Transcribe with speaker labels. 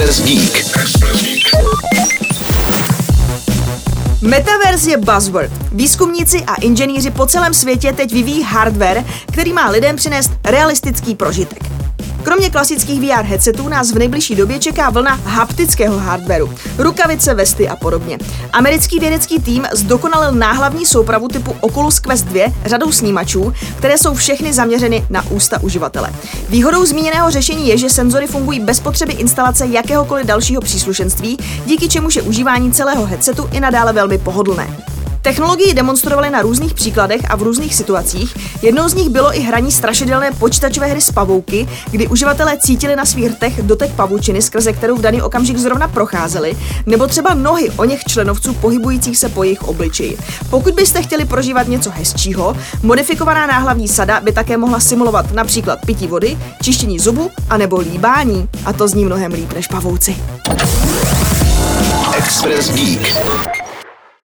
Speaker 1: Express Geek.
Speaker 2: Metaverse je buzzword. Výzkumníci a inženýři po celém světě teď vyvíjí hardware, který má lidem přinést realistický prožitek. Kromě klasických VR headsetů nás v nejbližší době čeká vlna haptického hardwareu, rukavice, vesty a podobně. Americký vědecký tým zdokonalil náhlavní soupravu typu Oculus Quest 2 řadou snímačů, které jsou všechny zaměřeny na ústa uživatele. Výhodou zmíněného řešení je, že senzory fungují bez potřeby instalace jakéhokoliv dalšího příslušenství, díky čemuž je užívání celého headsetu i nadále velmi pohodlné. Technologii demonstrovali na různých příkladech a v různých situacích. Jednou z nich bylo i hraní strašidelné počítačové hry s pavouky, kdy uživatelé cítili na svých rtech dotek pavučiny, skrze kterou v daný okamžik zrovna procházeli, nebo třeba nohy oněch členovců pohybujících se po jejich obličeji. Pokud byste chtěli prožívat něco hezčího, modifikovaná náhlavní sada by také mohla simulovat například pití vody, čištění zubu a nebo líbání. A to zní mnohem líp než pavouci.
Speaker 1: Express Geek.